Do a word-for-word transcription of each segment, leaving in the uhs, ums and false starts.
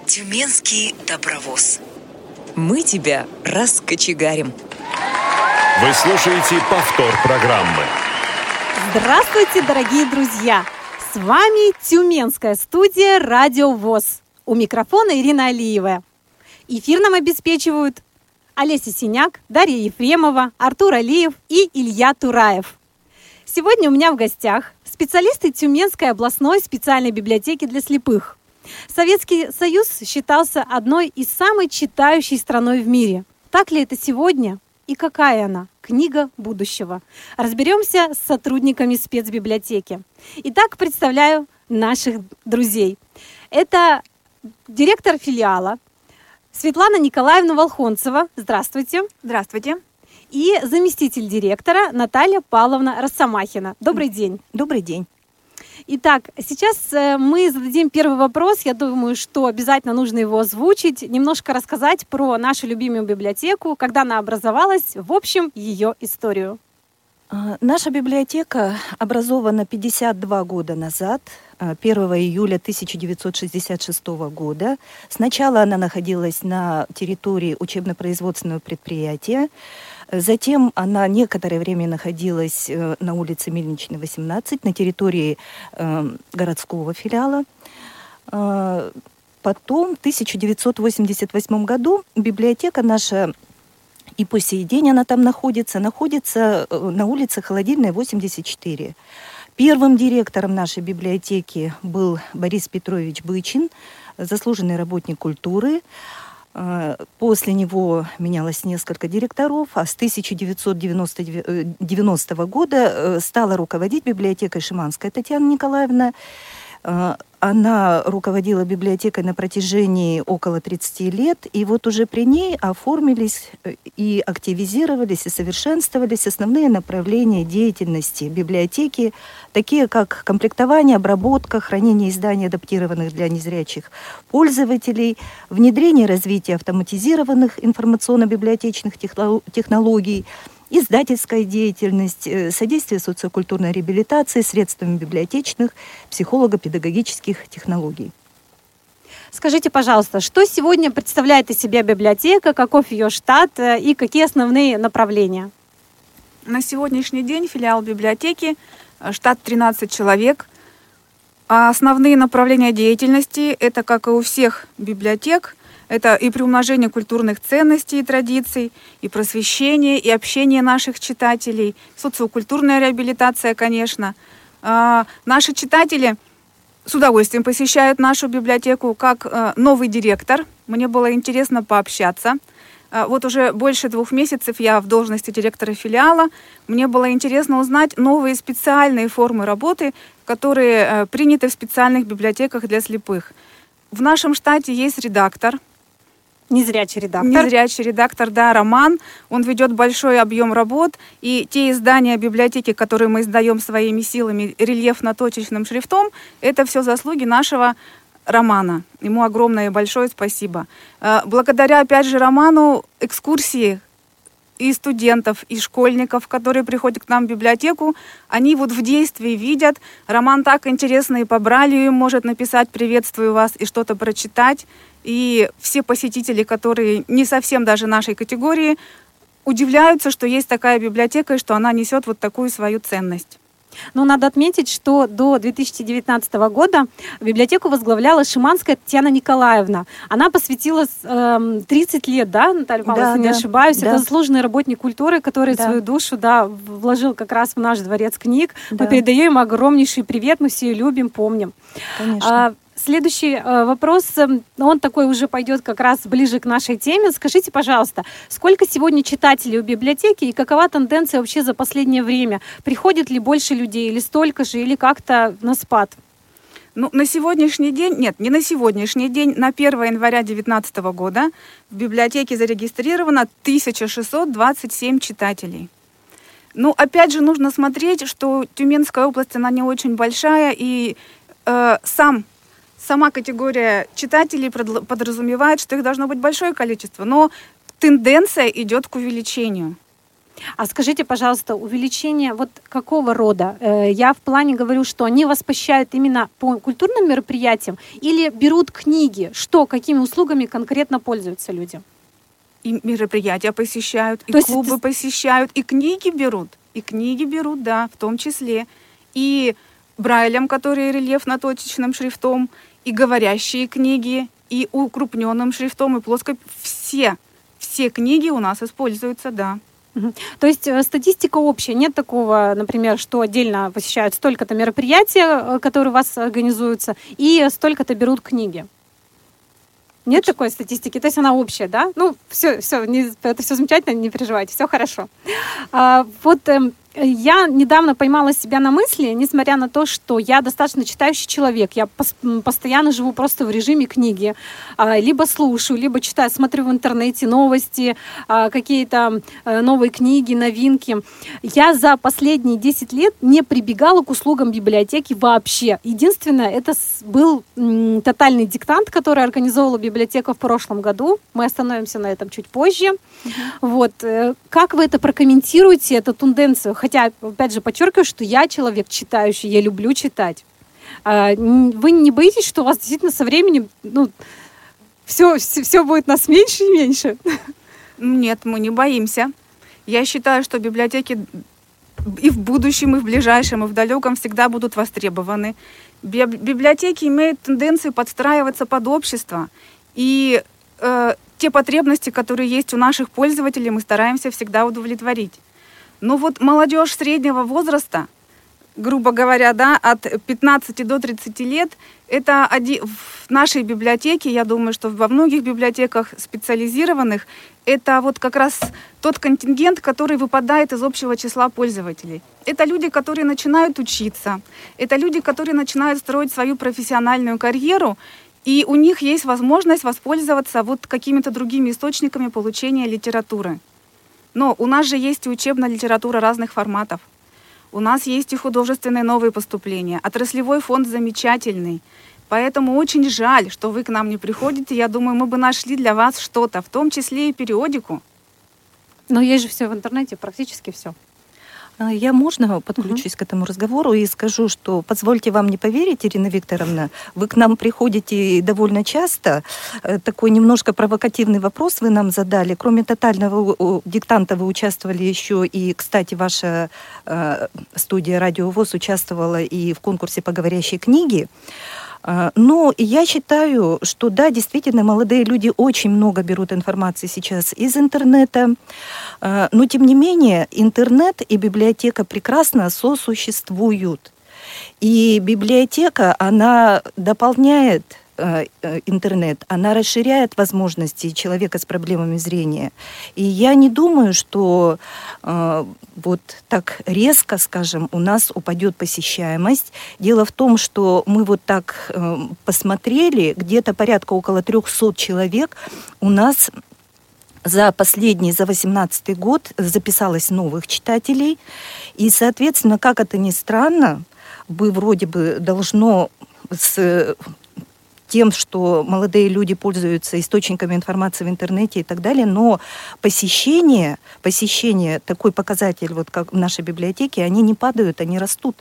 Тюменский добровоз. Мы тебя раскочегарим. Вы слушаете повтор программы. Здравствуйте, дорогие друзья! С вами Тюменская студия «Радио ВОС». У микрофона Ирина Алиева. Эфир нам обеспечивают Олеся Синяк, Дарья Ефремова, Артур Алиев и Илья Тураев. Сегодня у меня в гостях специалисты Тюменской областной специальной библиотеки для слепых. Советский Союз считался одной из самых читающей страной в мире. Так ли это сегодня? И какая она? Книга будущего. Разберемся с сотрудниками спецбиблиотеки. Итак, представляю наших друзей. Это директор филиала Светлана Николаевна Волхонцева. Здравствуйте. Здравствуйте. И заместитель директора Наталья Павловна Росомахина. Добрый день. Добрый день. Итак, сейчас мы зададим первый вопрос. Я думаю, что обязательно нужно его озвучить, немножко рассказать про нашу любимую библиотеку, когда она образовалась, в общем, ее историю. Наша библиотека образована пятьдесят два года назад, первого июля тысяча девятьсот шестьдесят шестого года. Сначала она находилась на территории учебно-производственного предприятия. Затем она некоторое время находилась на улице Мельничной, восемнадцать, на территории э, городского филиала. Э, потом, в тысяча девятьсот восемьдесят восьмом году, библиотека наша, и по сей день она там находится, находится на улице Холодильная, восемьдесят четыре. Первым директором нашей библиотеки был Борис Петрович Бычин, заслуженный работник культуры. После него менялось несколько директоров, а с тысяча девятьсот девяностого года стала руководить библиотекой Шиманская Татьяна Николаевна. Она руководила библиотекой на протяжении около тридцати лет, и вот уже при ней оформились и активизировались, и совершенствовались основные направления деятельности библиотеки, такие как комплектование, обработка, хранение изданий, адаптированных для незрячих пользователей, внедрение и развитие автоматизированных информационно-библиотечных технологий, издательская деятельность, содействие социокультурной реабилитации средствами библиотечных, психолого-педагогических технологий. Скажите, пожалуйста, что сегодня представляет из себя библиотека, каков ее штат и какие основные направления? На сегодняшний день филиал библиотеки, штат тринадцать человек. А основные направления деятельности, это, как и у всех библиотек, это и приумножение культурных ценностей и традиций, и просвещение, и общение наших читателей, социокультурная реабилитация, конечно. А, наши читатели с удовольствием посещают нашу библиотеку как а, новый директор. Мне было интересно пообщаться. А, вот уже больше двух месяцев я в должности директора филиала. Мне было интересно узнать новые специальные формы работы, которые а, приняты в специальных библиотеках для слепых. В нашем штате есть редактор. Незрячий редактор. Незрячий редактор, да, Роман. Он ведет большой объем работ. И те издания библиотеки, которые мы издаем своими силами рельефно-точечным шрифтом, это все заслуги нашего Романа. Ему огромное и большое спасибо. Благодаря, опять же, Роману, экскурсии и студентов, и школьников, которые приходят к нам в библиотеку, они вот в действии видят. Роман так интересно и по Брайлю может написать «Приветствую вас» и что-то прочитать. И все посетители, которые не совсем даже нашей категории, удивляются, что есть такая библиотека и что она несет вот такую свою ценность. Но надо отметить, что до две тысячи девятнадцатого года библиотеку возглавляла Шиманская Татьяна Николаевна. Она посвятила э, тридцать лет, да, Наталья Павловна, да, если да, не ошибаюсь. да. Это заслуженный работник культуры, который да. свою душу, да, вложил как раз в наш дворец книг. Да. Мы передаем ему огромнейший привет, мы все ее любим, помним. Конечно. А, Следующий э, вопрос, он такой уже пойдет как раз ближе к нашей теме. Скажите, пожалуйста, сколько сегодня читателей у библиотеки и какова тенденция вообще за последнее время? Приходит ли больше людей или столько же, или как-то на спад? Ну, на сегодняшний день, нет, не на сегодняшний день, на первое января две тысячи девятнадцатого года в библиотеке зарегистрировано тысяча шестьсот двадцать семь читателей. Ну, опять же, нужно смотреть, что Тюменская область, она не очень большая, и э, сам Сама категория читателей подразумевает, что их должно быть большое количество, но тенденция идет к увеличению. А скажите, пожалуйста, увеличение вот какого рода? Э, Я в плане говорю, что они вас посещают именно по культурным мероприятиям или берут книги? Что, какими услугами конкретно пользуются люди? И мероприятия посещают, и То есть клубы это- посещают, и книги берут. И книги берут, да, в том числе. И Брайлем, который рельефно-точечным шрифтом, и говорящие книги, и укрупненным шрифтом, и плоско. Все, все книги у нас используются, да. Мгм. То есть э, статистика общая, нет такого, например, что отдельно посещают столько-то мероприятий, э, которые у вас организуются, и столько-то берут книги. Нет такой статистики, то есть она общая, да? Ну, все, все, это все замечательно, не переживайте, все хорошо. А, вот эм, я недавно поймала себя на мысли, несмотря на то, что я достаточно читающий человек, я пос- м, постоянно живу просто в режиме книги, а, либо слушаю, либо читаю, смотрю в интернете новости, а, какие-то э, новые книги, новинки. Я за последние десять лет не прибегала к услугам библиотеки вообще. Единственное, это с- был м, тотальный диктант, который организовала библиотека в прошлом году. Мы остановимся на этом чуть позже. Вот. э, Как вы это прокомментируете, эту тенденцию? Хотя, опять же, подчеркиваю, что я человек читающий, я люблю читать. А, н- Вы не боитесь, что у вас действительно со временем, ну, все, все будет нас меньше и меньше? Нет, мы не боимся. Я считаю, что библиотеки и в будущем, и в ближайшем, и в далеком всегда будут востребованы. Би- Библиотеки имеют тенденцию подстраиваться под общество. И э, те потребности, которые есть у наших пользователей, мы стараемся всегда удовлетворить. Но вот молодежь среднего возраста, грубо говоря, да, от пятнадцати до тридцати лет, это оди- в нашей библиотеке, я думаю, что во многих библиотеках специализированных, это вот как раз тот контингент, который выпадает из общего числа пользователей. Это люди, которые начинают учиться, это люди, которые начинают строить свою профессиональную карьеру, и у них есть возможность воспользоваться вот какими-то другими источниками получения литературы. Но у нас же есть и учебная литература разных форматов. У нас есть и художественные новые поступления. Отраслевой фонд замечательный. Поэтому очень жаль, что вы к нам не приходите. Я думаю, мы бы нашли для вас что-то, в том числе и периодику. Но есть же все в интернете, практически все. А Я можно подключусь к этому разговору и скажу, что позвольте вам не поверить, Ирина Викторовна, вы к нам приходите довольно часто. Э, Такой немножко провокативный вопрос вы нам задали. Кроме тотального у- диктанта вы участвовали еще и, кстати, ваша э, студия «Радио ВОС» участвовала и в конкурсе по говорящей книге. А, Но я считаю, что да, действительно, молодые люди очень много берут информации сейчас из интернета, А, но тем не менее интернет и библиотека прекрасно сосуществуют. И библиотека, она дополняет э, э, интернет, она расширяет возможности человека с проблемами зрения. И я не думаю, что э, вот так резко, скажем, у нас упадет посещаемость. Дело в том, что мы вот так э, посмотрели, где-то порядка около трехсот человек у нас за последний, за восемнадцатый год записалось новых читателей. И, соответственно, как это ни странно, бы вроде бы должно с тем, что молодые люди пользуются источниками информации в интернете и так далее, но посещение, посещение, такой показатель, вот как в нашей библиотеке, они не падают, они растут.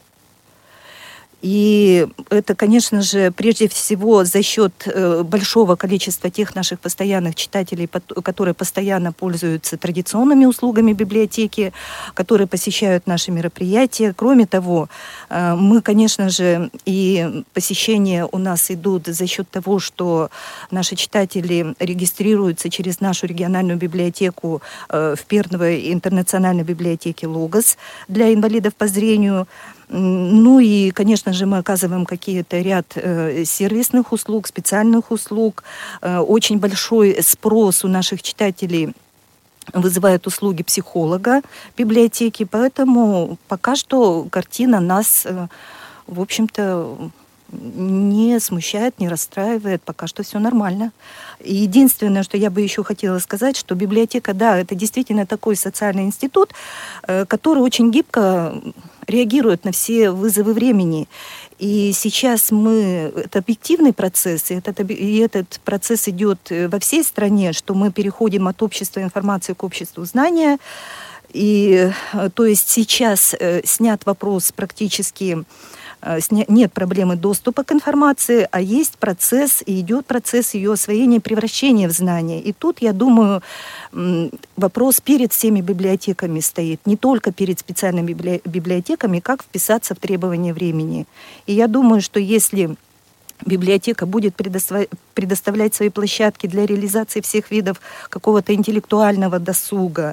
И это, конечно же, прежде всего за счет э, большого количества тех наших постоянных читателей, пот- которые постоянно пользуются традиционными услугами библиотеки, которые посещают наши мероприятия. Кроме того, э, мы, конечно же, и посещения у нас идут за счет того, что наши читатели регистрируются через нашу региональную библиотеку э, в первой интернациональной библиотеке «Логос» для инвалидов по зрению. Ну и, конечно же, мы оказываем какие-то ряд э, сервисных услуг, специальных услуг. Э, очень большой спрос у наших читателей вызывают услуги психолога библиотеки, поэтому пока что картина нас, э, в общем-то, не смущает, не расстраивает, пока что все нормально. И единственное, что я бы еще хотела сказать, что библиотека, да, это действительно такой социальный институт, э, который очень гибко реагирует на все вызовы времени. И сейчас мы, это объективный процесс, и этот, и этот процесс идет во всей стране, что мы переходим от общества информации к обществу знания. И, то есть, сейчас снят вопрос практически, нет проблемы доступа к информации, а есть процесс, и идет процесс ее освоения и превращения в знания. И тут, я думаю, вопрос перед всеми библиотеками стоит, не только перед специальными библиотеками, как вписаться в требования времени. И я думаю, что если библиотека будет предоставлять свои площадки для реализации всех видов какого-то интеллектуального досуга,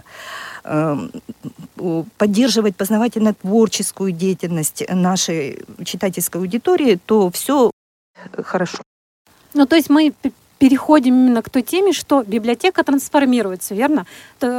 поддерживать познавательно-творческую деятельность нашей читательской аудитории, то все хорошо. Ну, то есть мы переходим именно к той теме, что библиотека трансформируется, верно?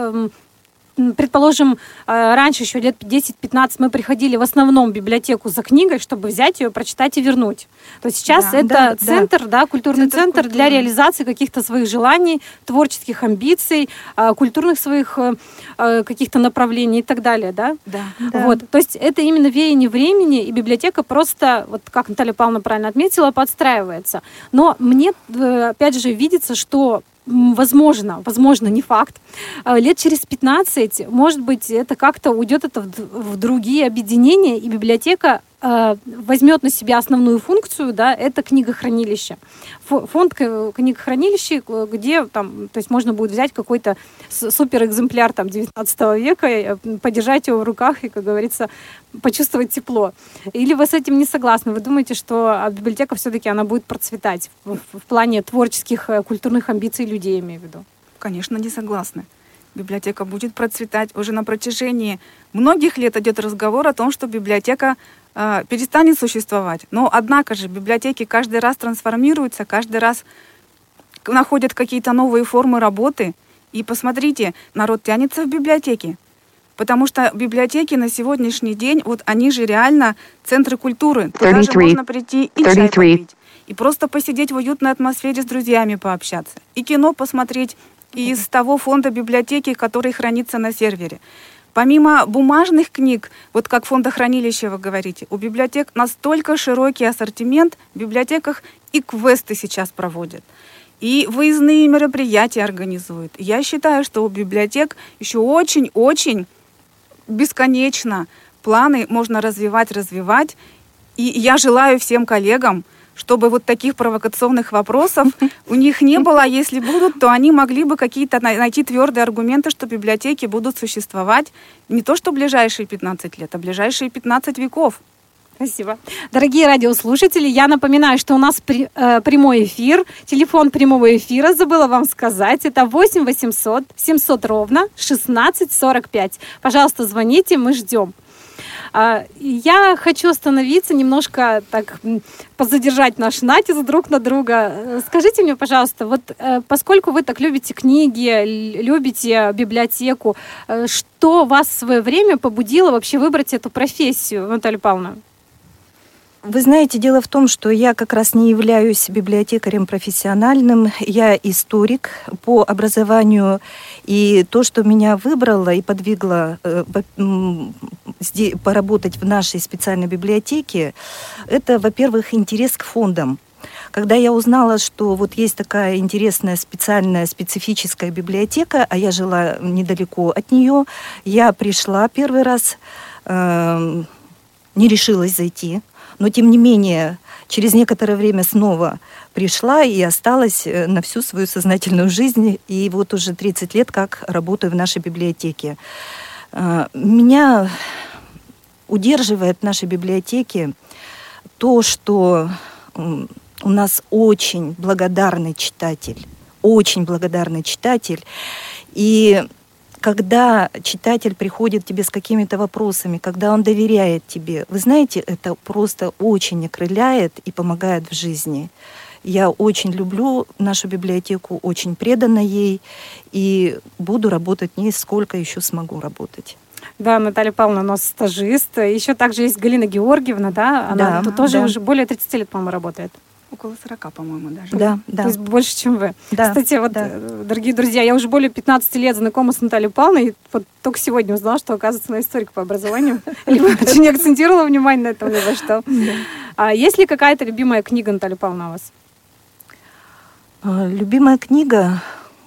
Предположим, раньше, еще лет десять-пятнадцать, мы приходили в основном в библиотеку за книгой, чтобы взять ее, прочитать и вернуть. То есть сейчас да, это да, центр, да. Да, культурный центр, центр для реализации каких-то своих желаний, творческих амбиций, культурных своих каких-то направлений и так далее. Да? Да, вот. Да. То есть это именно веяние времени, и библиотека просто, вот как Наталья Павловна правильно отметила, подстраивается. Но мне, опять же, видится, что возможно, возможно, не факт, лет через пятнадцать, может быть, это как-то уйдет это в другие объединения, и библиотека возьмет на себя основную функцию, да, это книгохранилище. Фонд книгохранилища, где там, то есть можно будет взять какой-то суперэкземпляр там девятнадцатого века, подержать его в руках и, как говорится, почувствовать тепло. Или вы с этим не согласны? Вы думаете, что библиотека все-таки она будет процветать в, в плане творческих, культурных амбиций людей, я имею в виду? Конечно, не согласны. Библиотека будет процветать. Уже на протяжении многих лет идет разговор о том, что библиотека э, перестанет существовать. Но, однако же, библиотеки каждый раз трансформируются, каждый раз находят какие-то новые формы работы. И посмотрите, народ тянется в библиотеки. Потому что библиотеки на сегодняшний день, вот они же реально центры культуры. Туда же можно прийти и чай попить, и просто посидеть в уютной атмосфере с друзьями пообщаться, и кино посмотреть из того фонда библиотеки, который хранится на сервере. Помимо бумажных книг, вот как фондохранилище вы говорите, у библиотек настолько широкий ассортимент, в библиотеках и квесты сейчас проводят, и выездные мероприятия организуют. Я считаю, что у библиотек еще очень-очень бесконечно планы можно развивать, развивать. И я желаю всем коллегам, чтобы вот таких провокационных вопросов у них не было, а если будут, то они могли бы какие-то найти твердые аргументы, что библиотеки будут существовать не то что ближайшие пятнадцать лет, а ближайшие пятнадцать веков. Спасибо. Дорогие радиослушатели, я напоминаю, что у нас при, э, прямой эфир, телефон прямого эфира, забыла вам сказать, это восемь восемьсот семьсот ровно шестнадцать сорок пять. Пожалуйста, звоните, мы ждем. Я хочу остановиться, немножко так позадержать наш натиск друг на друга. Скажите мне, пожалуйста, вот поскольку вы так любите книги, любите библиотеку, что вас в свое время побудило вообще выбрать эту профессию, Наталья Павловна? Вы знаете, дело в том, что я как раз не являюсь библиотекарем профессиональным. Я историк по образованию. И то, что меня выбрало и подвигло э, поработать в нашей специальной библиотеке, это, во-первых, интерес к фондам. Когда я узнала, что вот есть такая интересная специальная специфическая библиотека, а я жила недалеко от нее, я пришла первый раз, э, не решилась зайти. Но, тем не менее, через некоторое время снова пришла и осталась на всю свою сознательную жизнь. И вот уже тридцать лет как работаю в нашей библиотеке. Меня удерживает в нашей библиотеке то, что у нас очень благодарный читатель. Очень благодарный читатель. И когда читатель приходит к тебе с какими-то вопросами, когда он доверяет тебе, вы знаете, это просто очень окрыляет и помогает в жизни. Я очень люблю нашу библиотеку, очень предана ей, и буду работать в ней, сколько еще смогу работать. Да, Наталья Павловна у нас стажист. Еще также есть Галина Георгиевна, да? Она да, тоже да. уже более тридцати лет, по-моему, работает. Около сорока, по-моему, даже. Да, да. То есть больше, чем вы. Да, Кстати, вот, да. дорогие друзья, я уже более пятнадцати лет знакома с Натальей Павловной, и вот только сегодня узнала, что, оказывается, она историк по образованию. Либо очень не акцентировала внимание на этом ни за что. А есть ли какая-то любимая книга, Наталья Павловна, у вас? Любимая книга,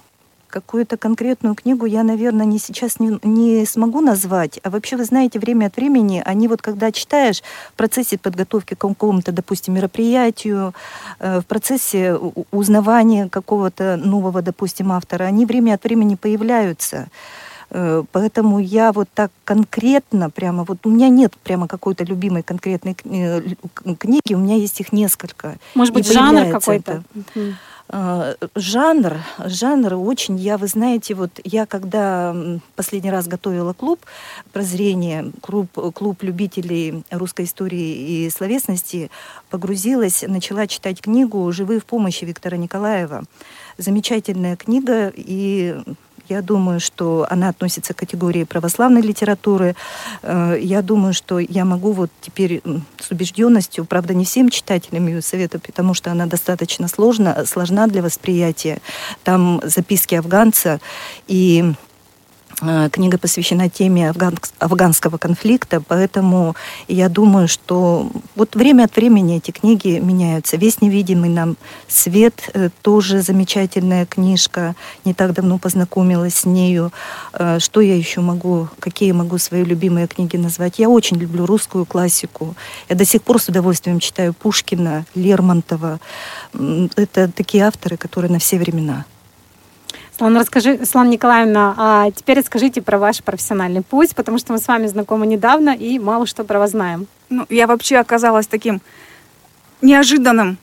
Какую-то конкретную книгу я, наверное, не сейчас не, не смогу назвать. А вообще, вы знаете, время от времени, они вот когда читаешь в процессе подготовки к какому-то, допустим, мероприятию, э, в процессе узнавания какого-то нового, допустим, автора, они время от времени появляются. Э, поэтому я вот так конкретно, прямо вот у меня нет прямо какой-то любимой конкретной э, книги, у меня есть их несколько. Может быть, жанр какой-то? Это. Жанр, жанр очень, я, вы знаете, вот я когда последний раз готовила клуб «Прозрение», клуб, клуб любителей русской истории и словесности, погрузилась, начала читать книгу «Живые в помощи» Виктора Николаева. Замечательная книга, и я думаю, что она относится к категории православной литературы. Я думаю, что я могу вот теперь с убежденностью, правда, не всем читателям ее советую, потому что она достаточно сложна, сложна для восприятия. Там записки афганца, и книга посвящена теме афган... афганского конфликта, поэтому я думаю, что вот время от времени эти книги меняются. «Весь невидимый нам свет» тоже замечательная книжка. Не так давно познакомилась с нею. Что я еще могу, какие могу свои любимые книги назвать? Я очень люблю русскую классику. Я до сих пор с удовольствием читаю Пушкина, Лермонтова. Это такие авторы, которые на все времена. Светлана, расскажи, Светлана Николаевна, а теперь расскажите про ваш профессиональный путь, потому что мы с вами знакомы недавно и мало что про вас знаем. Ну, я вообще оказалась таким неожиданным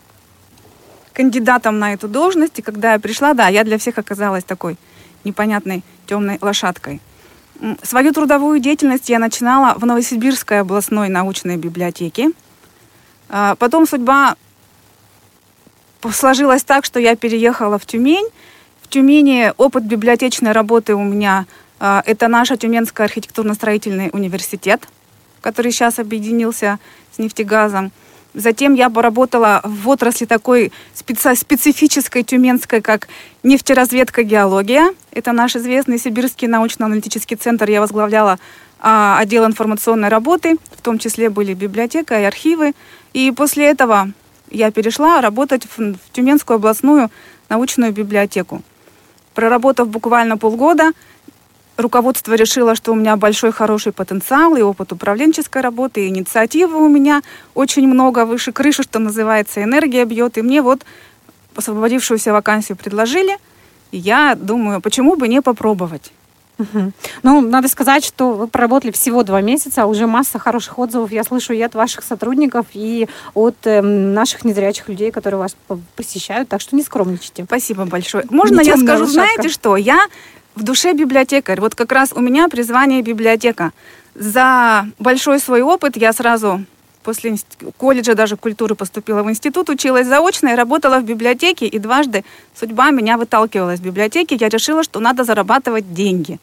кандидатом на эту должность, и когда я пришла, да, я для всех оказалась такой непонятной темной лошадкой. Свою трудовую деятельность я начинала в Новосибирской областной научной библиотеке. Потом судьба сложилась так, что я переехала в Тюмень. В Тюмени опыт библиотечной работы у меня э, это наш Тюменский архитектурно-строительный университет, который сейчас объединился с нефтегазом. Затем я поработала в отрасли такой специ- специфической тюменской, как нефтеразведка, геология. Это наш известный Сибирский научно-аналитический центр. Я возглавляла э, отдел информационной работы, в том числе были библиотека и архивы. И после этого я перешла работать в, в Тюменскую областную научную библиотеку. Проработав буквально полгода, руководство решило, что у меня большой хороший потенциал и опыт управленческой работы, и инициативы у меня очень много, выше крыши, что называется, энергия бьет. И мне вот освободившуюся вакансию предложили. И я думаю, почему бы не попробовать. Угу. Ну, надо сказать, что вы проработали всего два месяца, а уже масса хороших отзывов я слышу и от ваших сотрудников, и от э, наших незрячих людей, которые вас посещают, так что не скромничайте. Спасибо большое. Можно я скажу, лошадка. Знаете что, я в душе библиотекарь, вот как раз у меня призвание библиотека. За большой свой опыт я сразу после колледжа даже культуры поступила в институт, училась заочно и работала в библиотеке, и дважды судьба меня выталкивала из библиотеки, я решила, что надо зарабатывать деньги.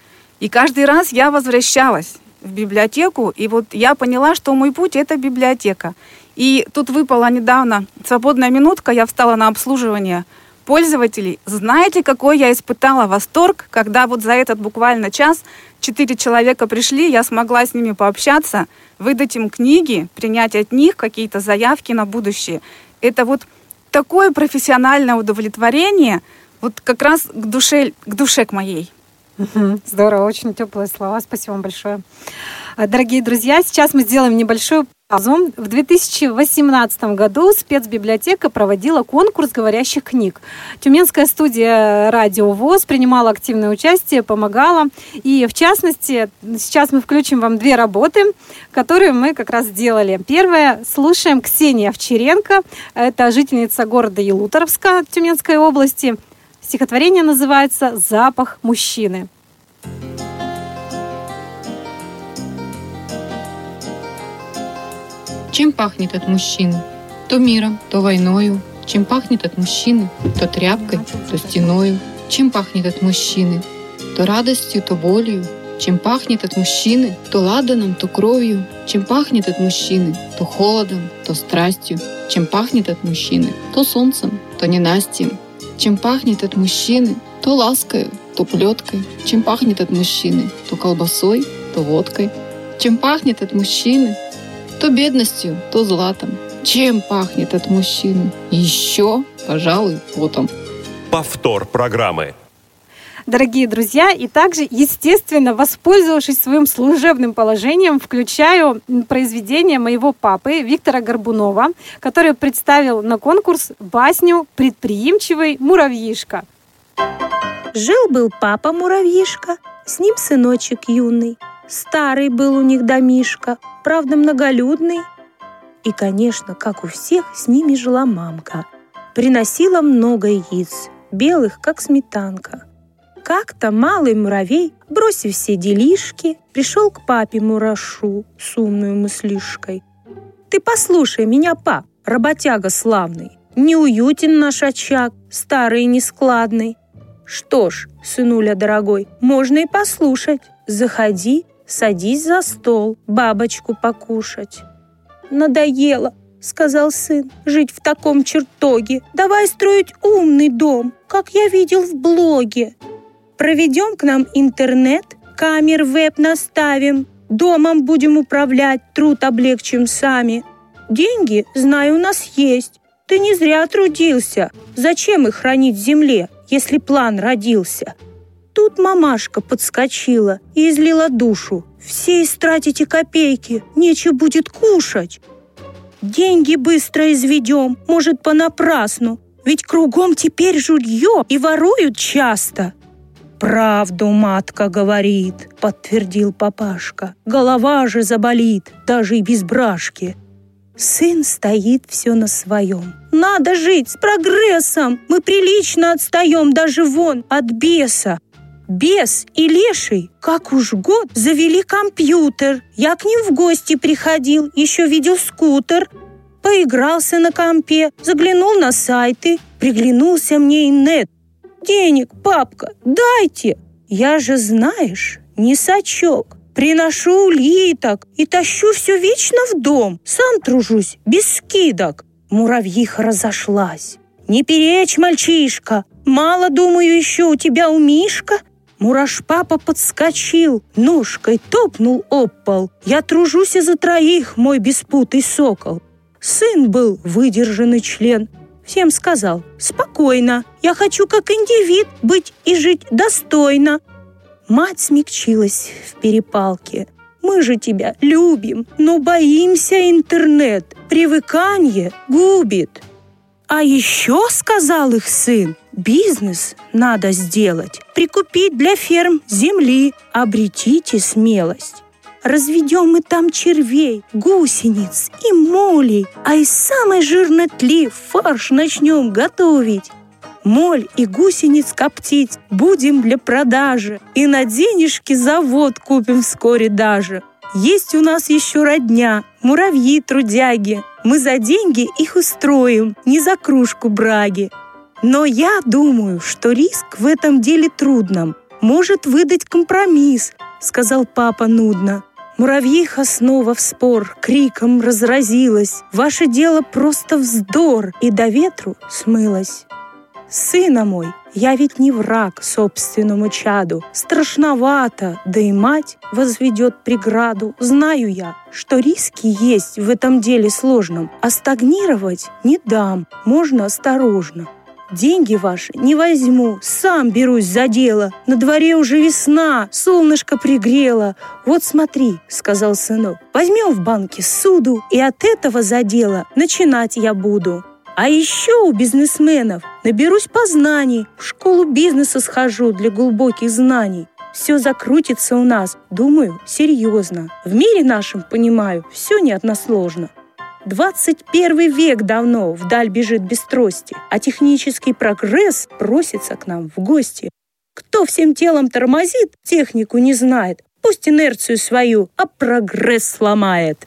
И каждый раз я возвращалась в библиотеку, и вот я поняла, что мой путь – это библиотека. И тут выпала недавно свободная минутка, я встала на обслуживание пользователей. Знаете, какой я испытала восторг, когда вот за этот буквально час четыре человека пришли, я смогла с ними пообщаться, выдать им книги, принять от них какие-то заявки на будущее. Это вот такое профессиональное удовлетворение, вот как раз к душе, к душе к моей. Здорово, очень теплые слова, спасибо вам большое. Дорогие друзья, сейчас мы сделаем небольшую паузу. В две тысячи восемнадцатом году спецбиблиотека проводила конкурс говорящих книг. Тюменская студия «Радио ВОС» принимала активное участие, помогала. И, в частности, сейчас мы включим вам две работы, которые мы как раз сделали. Первая слушаем Ксения Овчаренко. Это жительница города Елуторовска Тюменской области. Стихотворение называется «Запах мужчины». Чем пахнет от мужчины? То миром, то войною. Чем пахнет от мужчины? То тряпкой, то стеною. Чем пахнет от мужчины? То радостью, то болью. Чем пахнет от мужчины? То ладаном, то кровью. Чем пахнет от мужчины? То холодом, то страстью. Чем пахнет от мужчины? То солнцем, то ненастьем. Чем пахнет от мужчины? То ласкою, то плеткой. Чем пахнет от мужчины? То колбасой, то водкой. Чем пахнет от мужчины? То бедностью, то златом. Чем пахнет от мужчины? Еще, пожалуй, потом. Повтор программы. дорогие друзья, и также, естественно, воспользовавшись своим служебным положением, включаю произведение моего папы Виктора Горбунова, который представил на конкурс басню «Предприимчивый муравьишка». Жил-был папа-муравьишка, с ним сыночек юный. Старый был у них домишка, правда многолюдный. И, конечно, как у всех, с ними жила мамка. Приносила много яиц, белых, как сметанка. Как-то малый муравей, бросив все делишки, пришел к папе-мурашу с умной мыслишкой. «Ты послушай меня, пап, работяга славный, неуютен наш очаг, старый и нескладный. Что ж, сынуля дорогой, можно и послушать. Заходи, садись за стол, бабочку покушать». «Надоело», — сказал сын, — «жить в таком чертоге. Давай строить умный дом, как я видел в блоге. Проведем к нам интернет, камер веб наставим, домом будем управлять, труд облегчим сами. Деньги, знаю, у нас есть. Ты не зря трудился. Зачем их хранить в земле, если план родился?» Тут мамашка подскочила и излила душу. «Все истратите копейки, нечего будет кушать. Деньги быстро изведем, может, понапрасну, ведь кругом теперь жулье и воруют часто». «Правду матка говорит», — подтвердил папашка. «Голова же заболит, даже и без брашки». Сын стоит все на своем. «Надо жить с прогрессом, мы прилично отстаем даже вон от беса». Бес и леший, как уж год, завели компьютер. Я к ним в гости приходил, еще видел скутер. Поигрался на компе, заглянул на сайты, приглянулся мне и нет. «Денег, папка, дайте!» Я же, знаешь, не сачок. Приношу улиток и тащу все вечно в дом. Сам тружусь, без скидок. Муравьиха разошлась. «Не перечь, мальчишка! Мало, думаю, еще у тебя умишка?» Мураш-папа подскочил, ножкой топнул об пол. «Я тружусь и за троих, мой беспутый сокол». Сын был выдержанный член. Всем сказал: «Спокойно, я хочу как индивид быть и жить достойно». Мать смягчилась в перепалке. «Мы же тебя любим, но боимся интернет. Привыкание губит». «А еще, — сказал их сын, — бизнес надо сделать, прикупить для ферм земли, обретите смелость. Разведем мы там червей, гусениц и молей, а из самой жирной тли фарш начнем готовить. Моль и гусениц коптить будем для продажи, и на денежки завод купим вскоре даже. Есть у нас еще родня, муравьи-трудяги. Мы за деньги их устроим, не за кружку браги. Но я думаю, что риск в этом деле трудном может выдать компромисс», — сказал папа нудно. Муравьиха снова в спор криком разразилась. «Ваше дело просто вздор!» и до ветру смылась. «Сына мой, я ведь не враг собственному чаду. Страшновато, да и мать возведет преграду. Знаю я, что риски есть в этом деле сложном, а стагнировать не дам, можно осторожно. Деньги ваши не возьму, сам берусь за дело. На дворе уже весна, солнышко пригрело. Вот смотри, — сказал сынок, — возьмем в банке суду, и от этого за дело начинать я буду. А еще у бизнесменов наберусь познаний, в школу бизнеса схожу для глубоких знаний. Все закрутится у нас, думаю, серьезно. В мире нашем, понимаю, все не односложно. Двадцать первый век давно вдаль бежит без трости, а технический прогресс просится к нам в гости. Кто всем телом тормозит, технику не знает. Пусть инерцию свою, а прогресс сломает».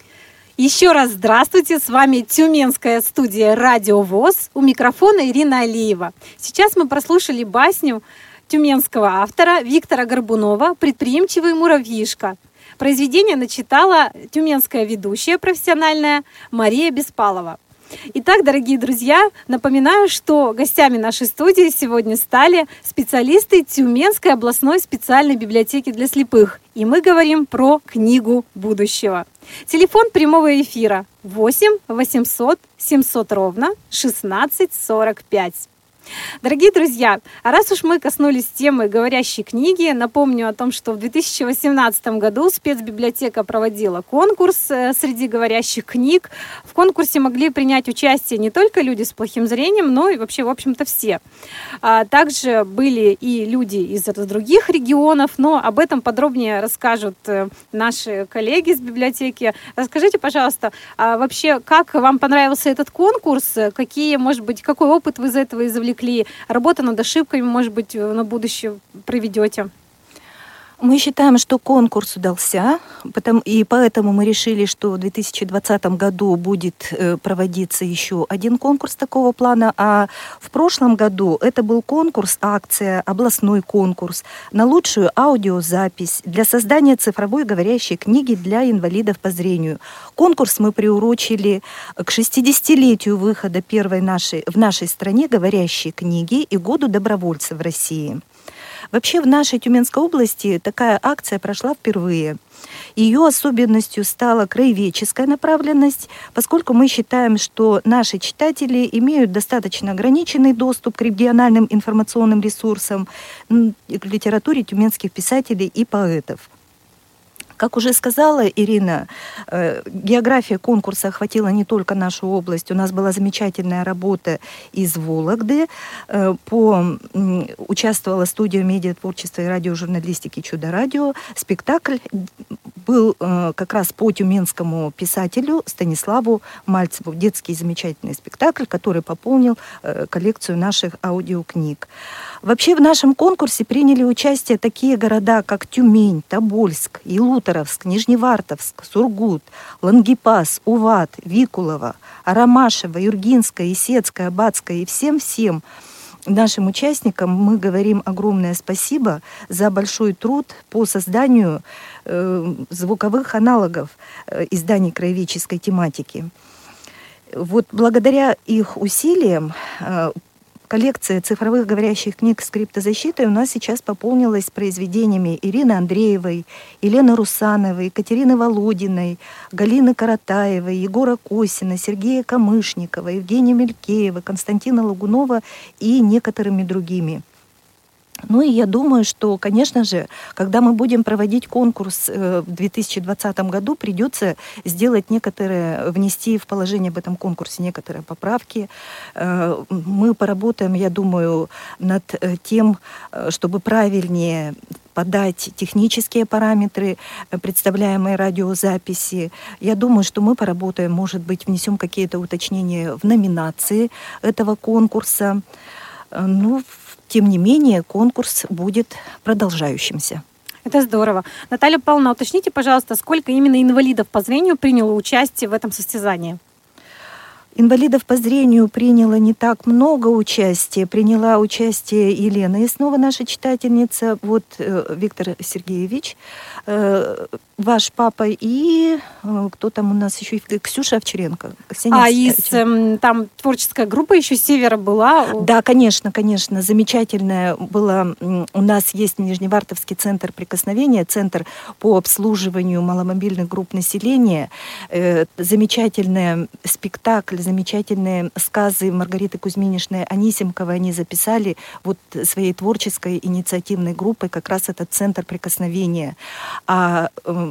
Еще раз здравствуйте, с вами Тюменская студия «Радио ВОС», у микрофона Ирина Алиева. Сейчас мы прослушали басню тюменского автора Виктора Горбунова «Предприимчивый муравьишка». Произведение начитала тюменская ведущая профессиональная Мария Беспалова. Итак, дорогие друзья, напоминаю, что гостями нашей студии сегодня стали специалисты Тюменской областной специальной библиотеки для слепых. И мы говорим про книгу будущего. Телефон прямого эфира восемь восемьсот семьсот ровно шестнадцать сорок пять. Дорогие друзья, а раз уж мы коснулись темы говорящей книги, напомню о том, что в две тысячи восемнадцатом году спецбиблиотека проводила конкурс среди говорящих книг. В конкурсе могли принять участие не только люди с плохим зрением, но и вообще, в общем-то, все. А также были и люди из других регионов, но об этом подробнее расскажут наши коллеги из библиотеки. Расскажите, пожалуйста, а вообще, как вам понравился этот конкурс? Какие, может быть, какой опыт вы из этого извлекли? Работа над ошибками, может быть, на будущее проведете? Мы считаем, что конкурс удался, потому, и поэтому мы решили, что в две тысячи двадцатом году будет проводиться еще один конкурс такого плана, а в прошлом году это был конкурс, акция, областной конкурс на лучшую аудиозапись для создания цифровой говорящей книги для инвалидов по зрению. Конкурс мы приурочили к шестидесятилетию выхода первой нашей, в нашей стране говорящей книги и году добровольца в России. Вообще в нашей Тюменской области такая акция прошла впервые. Ее особенностью стала краеведческая направленность, поскольку мы считаем, что наши читатели имеют достаточно ограниченный доступ к региональным информационным ресурсам, к литературе тюменских писателей и поэтов. Как уже сказала Ирина, география конкурса охватила не только нашу область. У нас была замечательная работа из Вологды. По... Участвовала студия медиатворчества и радиожурналистики «Чудо-радио». Спектакль был как раз по тюменскому писателю Станиславу Мальцеву. Детский замечательный спектакль, который пополнил коллекцию наших аудиокниг. Вообще в нашем конкурсе приняли участие такие города, как Тюмень, Тобольск, Елуторовск, Нижневартовск, Сургут, Лангепас, Уват, Викулово, Арамашево, Юргинское, Исетское, Аббатское и всем-всем нашим участникам мы говорим огромное спасибо за большой труд по созданию э, звуковых аналогов э, изданий краеведческой тематики. Вот благодаря их усилиям э, коллекция цифровых говорящих книг «Скриптозащита» у нас сейчас пополнилась произведениями Ирины Андреевой, Елены Русановой, Екатерины Володиной, Галины Каратаевой, Егора Косина, Сергея Камышникова, Евгения Мелькеева, Константина Лагунова и некоторыми другими. Ну и я думаю, что, конечно же, когда мы будем проводить конкурс в две тысячи двадцатом году, придется сделать некоторые, внести в положение об этом конкурсе некоторые поправки. Мы поработаем, я думаю, над тем, чтобы правильнее подать технические параметры представляемой радиозаписи. Я думаю, что мы поработаем, может быть, внесем какие-то уточнения в номинации этого конкурса. Ну, тем не менее, конкурс будет продолжающимся. Это здорово. Наталья Павловна, уточните, пожалуйста, сколько именно инвалидов по зрению приняло участие в этом состязании? Инвалидов по зрению приняло не так много участия. Приняла участие Елена Яснова, наша читательница, вот э, Виктор Сергеевич, э, ваш папа и э, кто там у нас еще, Ксюша Овчаренко. Ксения а из э, там творческая группа еще с севера была? Да, конечно, конечно. Замечательная была. У нас есть Нижневартовский центр прикосновения, центр по обслуживанию маломобильных групп населения. Э, замечательный спектакль, замечательные сказы Маргариты Кузьминишны Анисимковой они записали вот своей творческой инициативной группой как раз этот центр прикосновения. А э,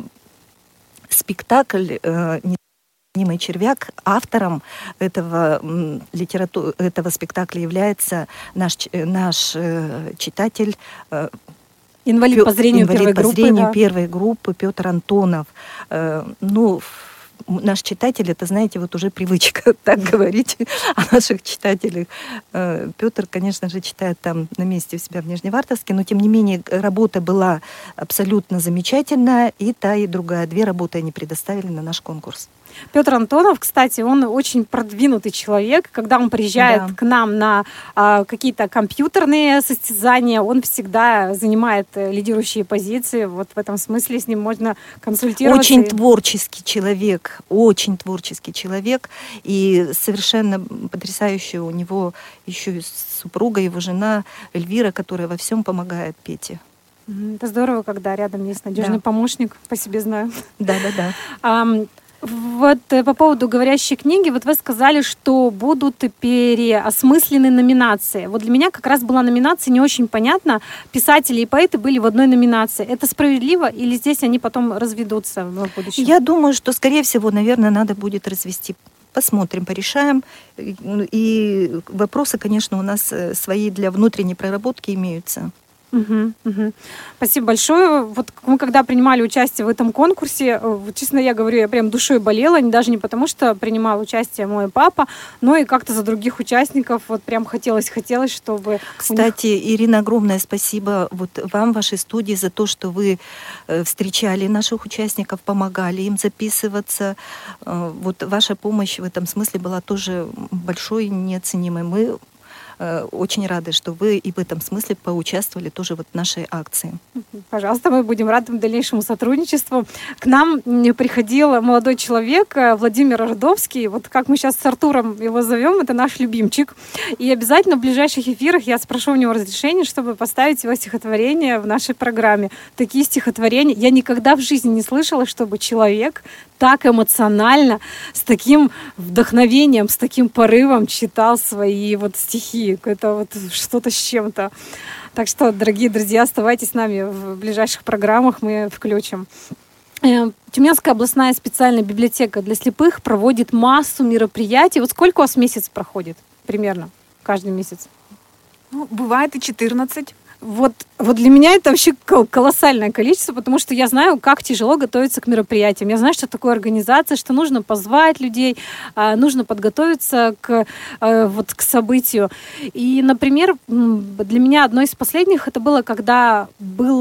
спектакль э, «Немой червяк», автором этого, э, литерату... этого спектакля является наш, наш э, читатель, э, инвалид по зрению, инвалид первой, по группы, зрению да. первой группы Петр Антонов. Э, ну, наш читатель, это, знаете, вот уже привычка так говорить о наших читателях. Петр, конечно же, читает там на месте у себя в Нижневартовске, но, тем не менее, работа была абсолютно замечательная, и та, и другая. Две работы они предоставили на наш конкурс. Петр Антонов, кстати, он очень продвинутый человек. Когда он приезжает да. к нам на а, какие-то компьютерные состязания, он всегда занимает лидирующие позиции. Вот в этом смысле с ним можно консультироваться. Очень творческий человек, очень творческий человек. И совершенно потрясающая у него еще и супруга, его жена Эльвира, которая во всем помогает Пете. Это здорово, когда рядом есть надежный да. помощник, по себе знаю. Да, да, да. Вот по поводу говорящей книги, вот вы сказали, что будут переосмыслены номинации. Вот для меня как раз была номинация не очень понятна. Писатели и поэты были в одной номинации. Это справедливо или здесь они потом разведутся в будущем? Я думаю, что, скорее всего, наверное, надо будет развести. Посмотрим, порешаем. И вопросы, конечно, у нас свои для внутренней проработки имеются. Угу, угу. Спасибо большое. Вот мы когда принимали участие в этом конкурсе, честно я говорю, я прям душой болела, даже не потому, что принимал участие мой папа, но и как-то за других участников вот прям хотелось, хотелось, чтобы... Кстати, них... Ирина, огромное спасибо вот вам, вашей студии, за то, что вы встречали наших участников, помогали им записываться. Вот ваша помощь в этом смысле была тоже большой, неоценимой. Мы очень рады, что вы и в этом смысле поучаствовали тоже вот в нашей акции. Пожалуйста, мы будем рады дальнейшему сотрудничеству. К нам приходил молодой человек Владимир Родовский. Вот как мы сейчас с Артуром его зовем, это наш любимчик. И обязательно в ближайших эфирах я спрошу у него разрешения, чтобы поставить его стихотворение в нашей программе. Такие стихотворения я никогда в жизни не слышала, чтобы человек так эмоционально, с таким вдохновением, с таким порывом читал свои вот стихи. Это вот что-то с чем-то. Так что, дорогие друзья, оставайтесь с нами в ближайших программах, мы включим. Тюменская областная специальная библиотека для слепых проводит массу мероприятий. Вот сколько у вас месяц проходит примерно каждый месяц? Ну, бывает и четырнадцать. Вот, вот для меня это вообще колоссальное количество, потому что я знаю, как тяжело готовиться к мероприятиям. Я знаю, что такое организация, что нужно позвать людей, нужно подготовиться к, вот, к событию. И, например, для меня одно из последних, это было, когда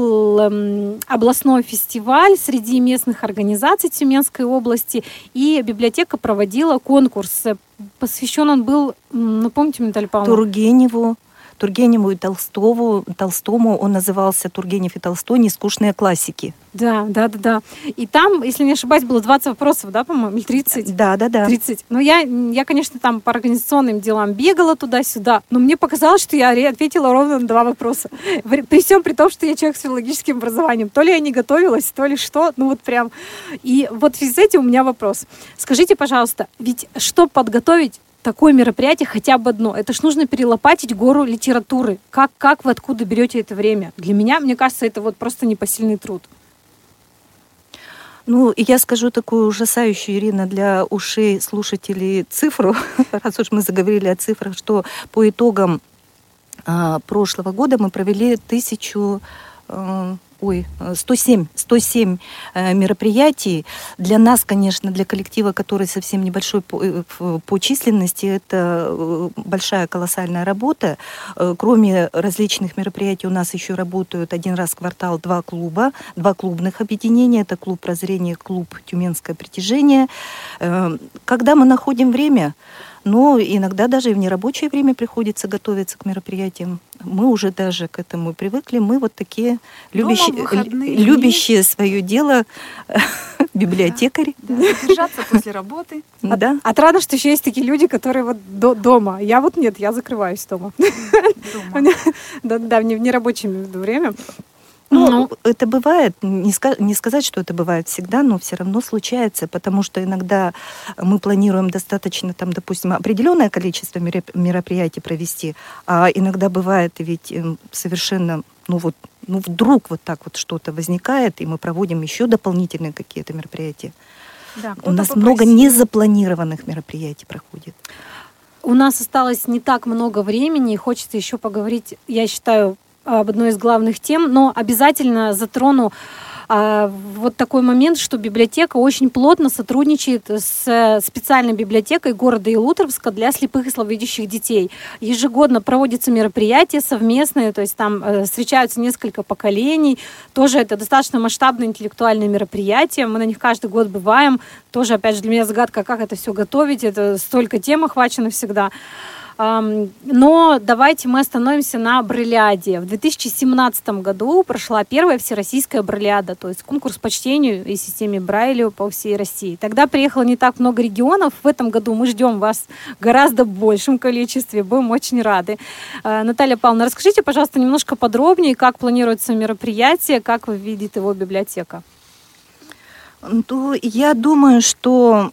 был областной фестиваль среди местных организаций Тюменской области, и библиотека проводила конкурс. Посвящен он был, напомните, Наталья Павловна? Тургеневу. Тургеневу и Толстову, Толстому, он назывался «Тургенев и Толстой. Нескучные классики». Да, да, да, да. И там, если не ошибаюсь, было двадцать вопросов, да, по-моему, или тридцать? Да, да, да. тридцать. Ну, я, я, конечно, там по организационным делам бегала туда-сюда, но мне показалось, что я ответила ровно на два вопроса. При всем при том, что я человек с филологическим образованием. То ли я не готовилась, то ли что, ну вот прям. И вот в связи с этим у меня вопрос. Скажите, пожалуйста, ведь что подготовить такое мероприятие, хотя бы одно. Это ж нужно перелопатить гору литературы. Как, как вы откуда берете это время? Для меня, мне кажется, это вот просто непосильный труд. Ну, и я скажу такую ужасающую, Ирина, для ушей слушателей цифру, раз уж мы заговорили о цифрах, что по итогам а, прошлого года мы провели тысячу... А, Ой, сто семь, сто семь э, мероприятий. Для нас, конечно, для коллектива, который совсем небольшой по, по численности, это большая колоссальная работа. Э, кроме различных мероприятий у нас еще работают один раз в квартал два клуба, два клубных объединения. Это клуб «Прозрение», клуб «Тюменское притяжение». Э, когда мы находим время, но иногда даже и в нерабочее время приходится готовиться к мероприятиям. Мы уже даже к этому привыкли. Мы вот такие любящие, любящие свое дело библиотекари. Да, да, держаться после работы. Да. Отрадно, что еще есть такие люди, которые вот до, дома. Я вот нет, я закрываюсь дома. Дома. Да, да, в нерабочее время. Ну, ну, это бывает, не, ска- не сказать, что это бывает всегда, но все равно случается, потому что иногда мы планируем достаточно, там, допустим, определенное количество мероприятий провести, а иногда бывает ведь совершенно, ну вот, ну вдруг вот так вот что-то возникает, и мы проводим еще дополнительные какие-то мероприятия. Да, у нас попросил. Много незапланированных мероприятий проходит. У нас осталось не так много времени, и хочется еще поговорить, я считаю, об одной из главных тем, но обязательно затрону а, вот такой момент, что библиотека очень плотно сотрудничает с специальной библиотекой города Ялуторовска для слепых и слабовидящих детей. Ежегодно проводятся мероприятия совместные, то есть там э, встречаются несколько поколений. Тоже это достаточно масштабное интеллектуальное мероприятие. Мы на них каждый год бываем. Тоже, опять же, для меня загадка, как это все готовить. Это столько тем охвачено всегда. Но давайте мы остановимся на Брыляде. В две тысячи семнадцатом году прошла первая всероссийская Брыляда, то есть конкурс по чтению и системе Брайля по всей России. Тогда приехало не так много регионов. В этом году мы ждем вас в гораздо большем количестве. Будем очень рады. Наталья Павловна, расскажите, пожалуйста, немножко подробнее, как планируется мероприятие, как вы видите его библиотека. Ну, я думаю, что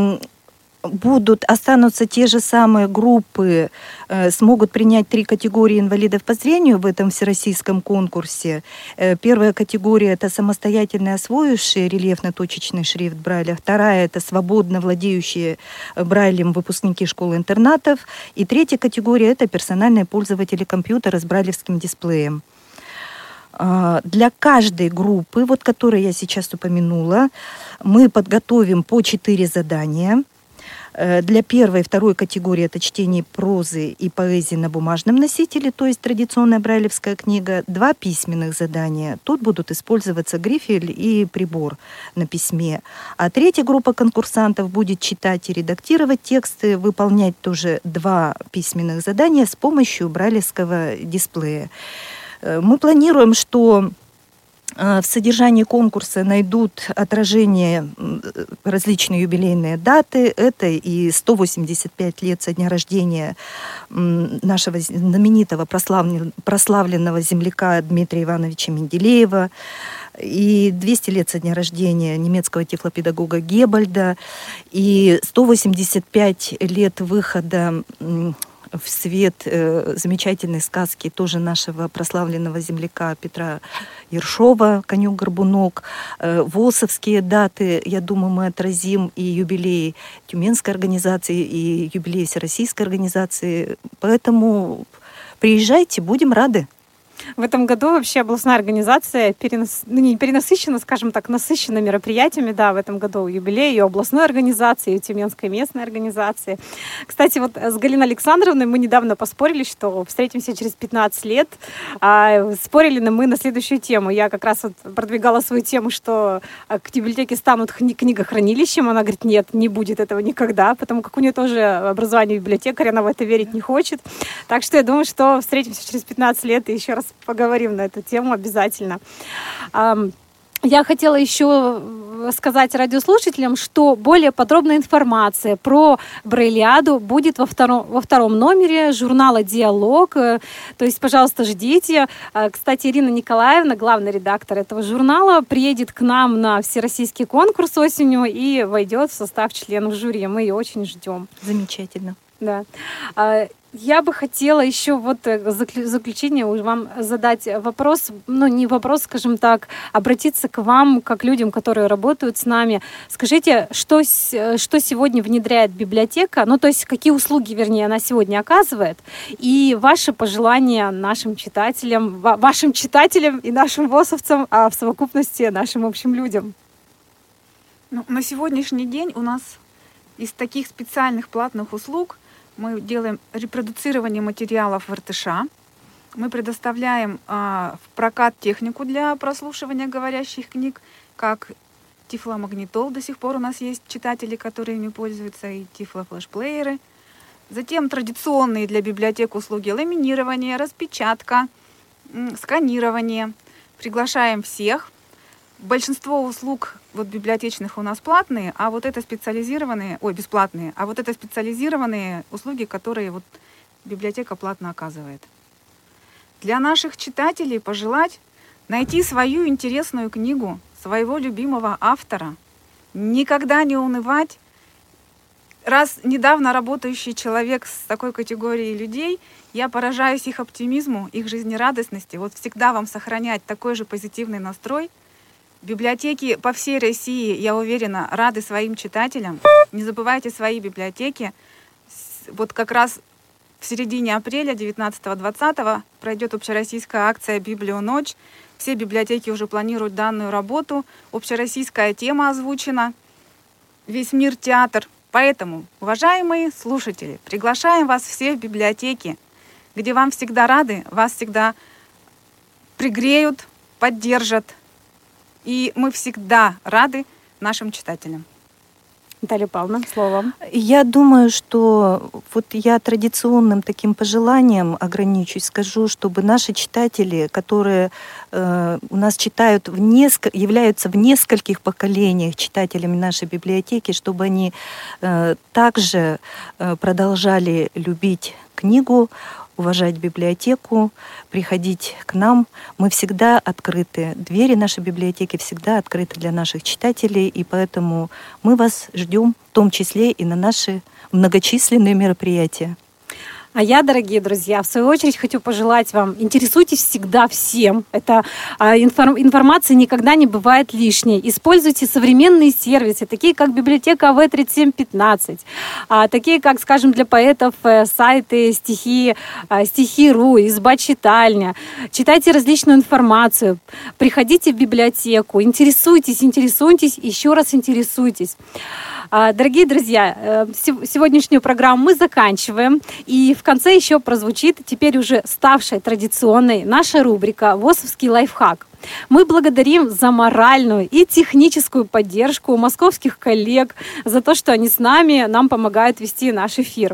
будут, останутся те же самые группы, э, смогут принять три категории инвалидов по зрению в этом всероссийском конкурсе. Э, первая категория – это самостоятельно освоившие рельефно-точечный шрифт Брайля. Вторая – это свободно владеющие Брайлем выпускники школ-интернатов. И третья категория – это персональные пользователи компьютера с брайлевским дисплеем. Э, для каждой группы, вот которую я сейчас упомянула, мы подготовим по четыре задания. Для первой и второй категории это чтение прозы и поэзии на бумажном носителе, то есть традиционная брайлевская книга. Два письменных задания. Тут будут использоваться грифель и прибор на письме. А третья группа конкурсантов будет читать и редактировать тексты, выполнять тоже два письменных задания с помощью брайлевского дисплея. Мы планируем, что в содержании конкурса найдут отражение различные юбилейные даты. Это и сто восемьдесят пять лет со дня рождения нашего знаменитого прославленного земляка Дмитрия Ивановича Менделеева, и двести лет со дня рождения немецкого тифлопедагога Геббельда, и сто восемьдесят пять лет выхода в свет э, замечательной сказки тоже нашего прославленного земляка Петра Ершова «Конек-горбунок». Э, ВОСовские даты, я думаю, мы отразим и юбилей Тюменской организации, и юбилей Всероссийской организации. Поэтому приезжайте, будем рады. В этом году вообще областная организация перенас... ну, не перенасыщена, скажем так, насыщена мероприятиями. Да, в этом году юбилей и областной организации, и Тюменской местной организации. Кстати, вот с Галиной Александровной мы недавно поспорили, что встретимся через пятнадцать лет. А спорили мы на следующую тему. Я как раз вот продвигала свою тему, что библиотеки станут кни- книгохранилищем. Она говорит, нет, не будет этого никогда, потому как у нее тоже образование библиотекаря, она в это верить не хочет. Так что я думаю, что встретимся через пятнадцать лет и еще раз поговорим на эту тему обязательно. Я хотела еще сказать радиослушателям, что более подробная информация про Брайлиаду будет во втором, во втором номере журнала «Диалог». То есть, пожалуйста, ждите. Кстати, Ирина Николаевна, главный редактор этого журнала, приедет к нам на всероссийский конкурс осенью и войдет в состав членов жюри. Мы ее очень ждем. Замечательно. Да. Я бы хотела еще вот в заключение вам задать вопрос, ну не вопрос, скажем так, обратиться к вам, как людям, которые работают с нами. Скажите, что, что сегодня внедряет библиотека, ну то есть какие услуги, вернее, она сегодня оказывает, и ваши пожелания нашим читателям, вашим читателям и нашим ВОСовцам, а в совокупности нашим общим людям. Ну, на сегодняшний день у нас из таких специальных платных услуг мы делаем репродуцирование материалов в эр тэ ша. Мы предоставляем а, в прокат технику для прослушивания говорящих книг, как тифломагнитол. До сих пор у нас есть читатели, которые ими пользуются, и тифлофлешплееры. Затем традиционные для библиотек услуги ламинирование, распечатка, сканирование. Приглашаем всех. Большинство услуг вот библиотечных у нас платные, а вот это специализированные, ой, бесплатные, а вот это специализированные услуги, которые вот библиотека платно оказывает. Для наших читателей пожелать найти свою интересную книгу, своего любимого автора, никогда не унывать. Раз недавно работающий человек с такой категорией людей, я поражаюсь их оптимизму, их жизнерадостности. Вот всегда вам сохранять такой же позитивный настрой. Библиотеки по всей России, я уверена, рады своим читателям. Не забывайте свои библиотеки. Вот как раз в середине апреля, девятнадцатого-двадцатого, пройдет общероссийская акция «Библионочь». Все библиотеки уже планируют данную работу. Общероссийская тема озвучена. Весь мир театр. Поэтому, уважаемые слушатели, приглашаем вас все в библиотеки, где вам всегда рады, вас всегда пригреют, поддержат. И мы всегда рады нашим читателям. Наталья Павловна, слово вам. Я думаю, что вот я традиционным таким пожеланием ограничусь, скажу, чтобы наши читатели, которые э, у нас читают, в неск... являются в нескольких поколениях читателями нашей библиотеки, чтобы они э, также э, продолжали любить книгу, уважать библиотеку, приходить к нам. Мы всегда открыты. Двери нашей библиотеки всегда открыты для наших читателей, и поэтому мы вас ждем, в том числе и на наши многочисленные мероприятия. А я, дорогие друзья, в свою очередь хочу пожелать вам, интересуйтесь всегда всем. Это а, информ, информация никогда не бывает лишней. Используйте современные сервисы, такие как библиотека вэ тридцать семь пятнадцать, а, такие как, скажем, для поэтов э, сайты стихи, э, стихи.ру, изба-читальня. Читайте различную информацию, приходите в библиотеку, интересуйтесь, интересуйтесь, еще раз интересуйтесь. Дорогие друзья, сегодняшнюю программу мы заканчиваем. И в конце еще прозвучит теперь уже ставшая традиционной наша рубрика «ВОСовский лайфхак». Мы благодарим за моральную и техническую поддержку московских коллег, за то, что они с нами, нам помогают вести наш эфир.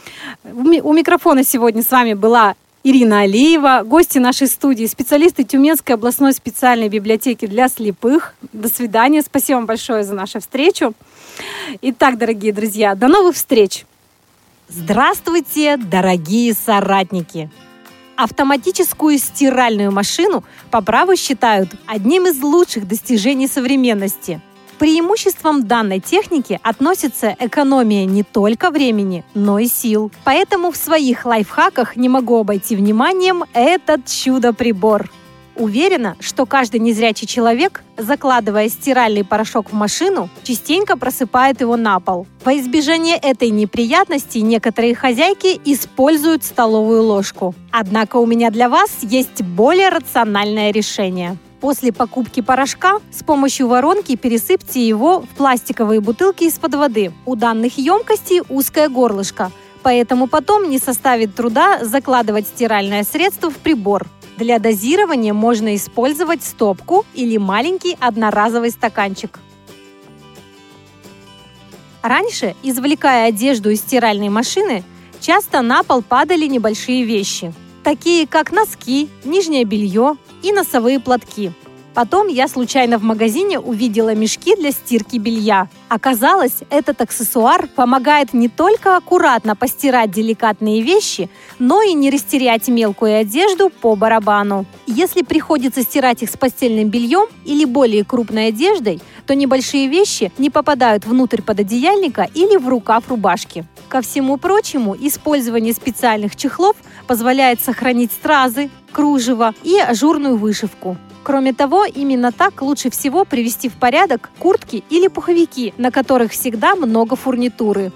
У микрофона сегодня с вами была Ирина Алиева, гости нашей студии, специалисты Тюменской областной специальной библиотеки для слепых. До свидания. Спасибо вам большое за нашу встречу. Итак, дорогие друзья, до новых встреч! Здравствуйте, дорогие соратники! Автоматическую стиральную машину по праву считают одним из лучших достижений современности. Преимуществом данной техники относится экономия не только времени, но и сил. Поэтому в своих лайфхаках не могу обойти вниманием этот чудо-прибор. Уверена, что каждый незрячий человек, закладывая стиральный порошок в машину, частенько просыпает его на пол. Во избежание этой неприятности некоторые хозяйки используют столовую ложку. Однако у меня для вас есть более рациональное решение. После покупки порошка с помощью воронки пересыпьте его в пластиковые бутылки из-под воды. У данных емкостей узкое горлышко, поэтому потом не составит труда закладывать стиральное средство в прибор. Для дозирования можно использовать стопку или маленький одноразовый стаканчик. Раньше, извлекая одежду из стиральной машины, часто на пол падали небольшие вещи, такие как носки, нижнее белье и носовые платки. Потом я случайно в магазине увидела мешки для стирки белья. Оказалось, этот аксессуар помогает не только аккуратно постирать деликатные вещи, но и не растерять мелкую одежду по барабану. Если приходится стирать их с постельным бельем или более крупной одеждой, то небольшие вещи не попадают внутрь пододеяльника или в рукав рубашки. Ко всему прочему, использование специальных чехлов позволяет сохранить стразы, кружево и ажурную вышивку. Кроме того, именно так лучше всего привести в порядок куртки или пуховики, на которых всегда много фурнитуры.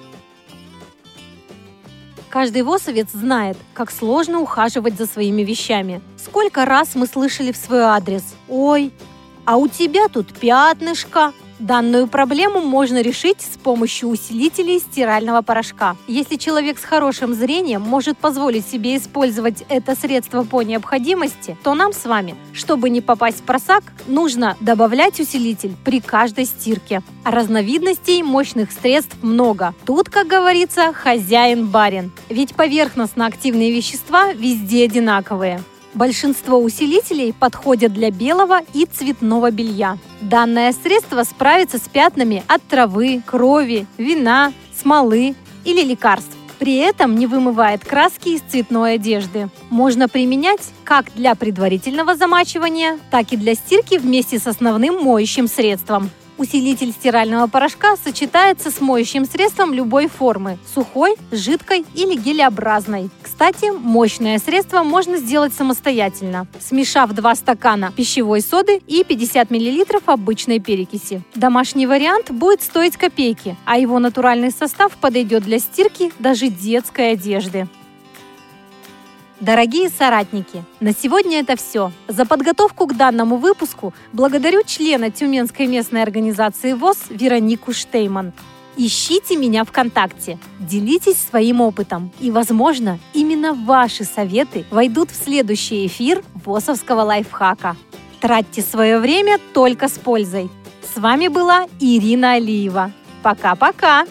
Каждый восовец знает, как сложно ухаживать за своими вещами. Сколько раз мы слышали в свой адрес: «Ой, а у тебя тут пятнышко». Данную проблему можно решить с помощью усилителей стирального порошка. Если человек с хорошим зрением может позволить себе использовать это средство по необходимости, то нам с вами, чтобы не попасть в просак, нужно добавлять усилитель при каждой стирке. А разновидностей мощных средств много. Тут, как говорится, хозяин-барин. Ведь поверхностно-активные вещества везде одинаковые. Большинство усилителей подходят для белого и цветного белья. Данное средство справится с пятнами от травы, крови, вина, смолы или лекарств. При этом не вымывает краски из цветной одежды. Можно применять как для предварительного замачивания, так и для стирки вместе с основным моющим средством. Усилитель стирального порошка сочетается с моющим средством любой формы – сухой, жидкой или гелеобразной. Кстати, мощное средство можно сделать самостоятельно, смешав два стакана пищевой соды и пятьдесят миллилитров обычной перекиси. Домашний вариант будет стоить копейки, а его натуральный состав подойдет для стирки даже детской одежды. Дорогие соратники, на сегодня это все. За подготовку к данному выпуску благодарю члена Тюменской местной организации ВОС Веронику Штейман. Ищите меня ВКонтакте, делитесь своим опытом, и, возможно, именно ваши советы войдут в следующий эфир ВОСовского лайфхака. Тратьте свое время только с пользой. С вами была Ирина Алиева. Пока-пока!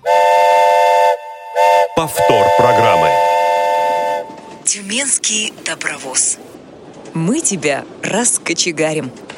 Повтор программы. Тюменский добровоз. Мы тебя раскочегарим.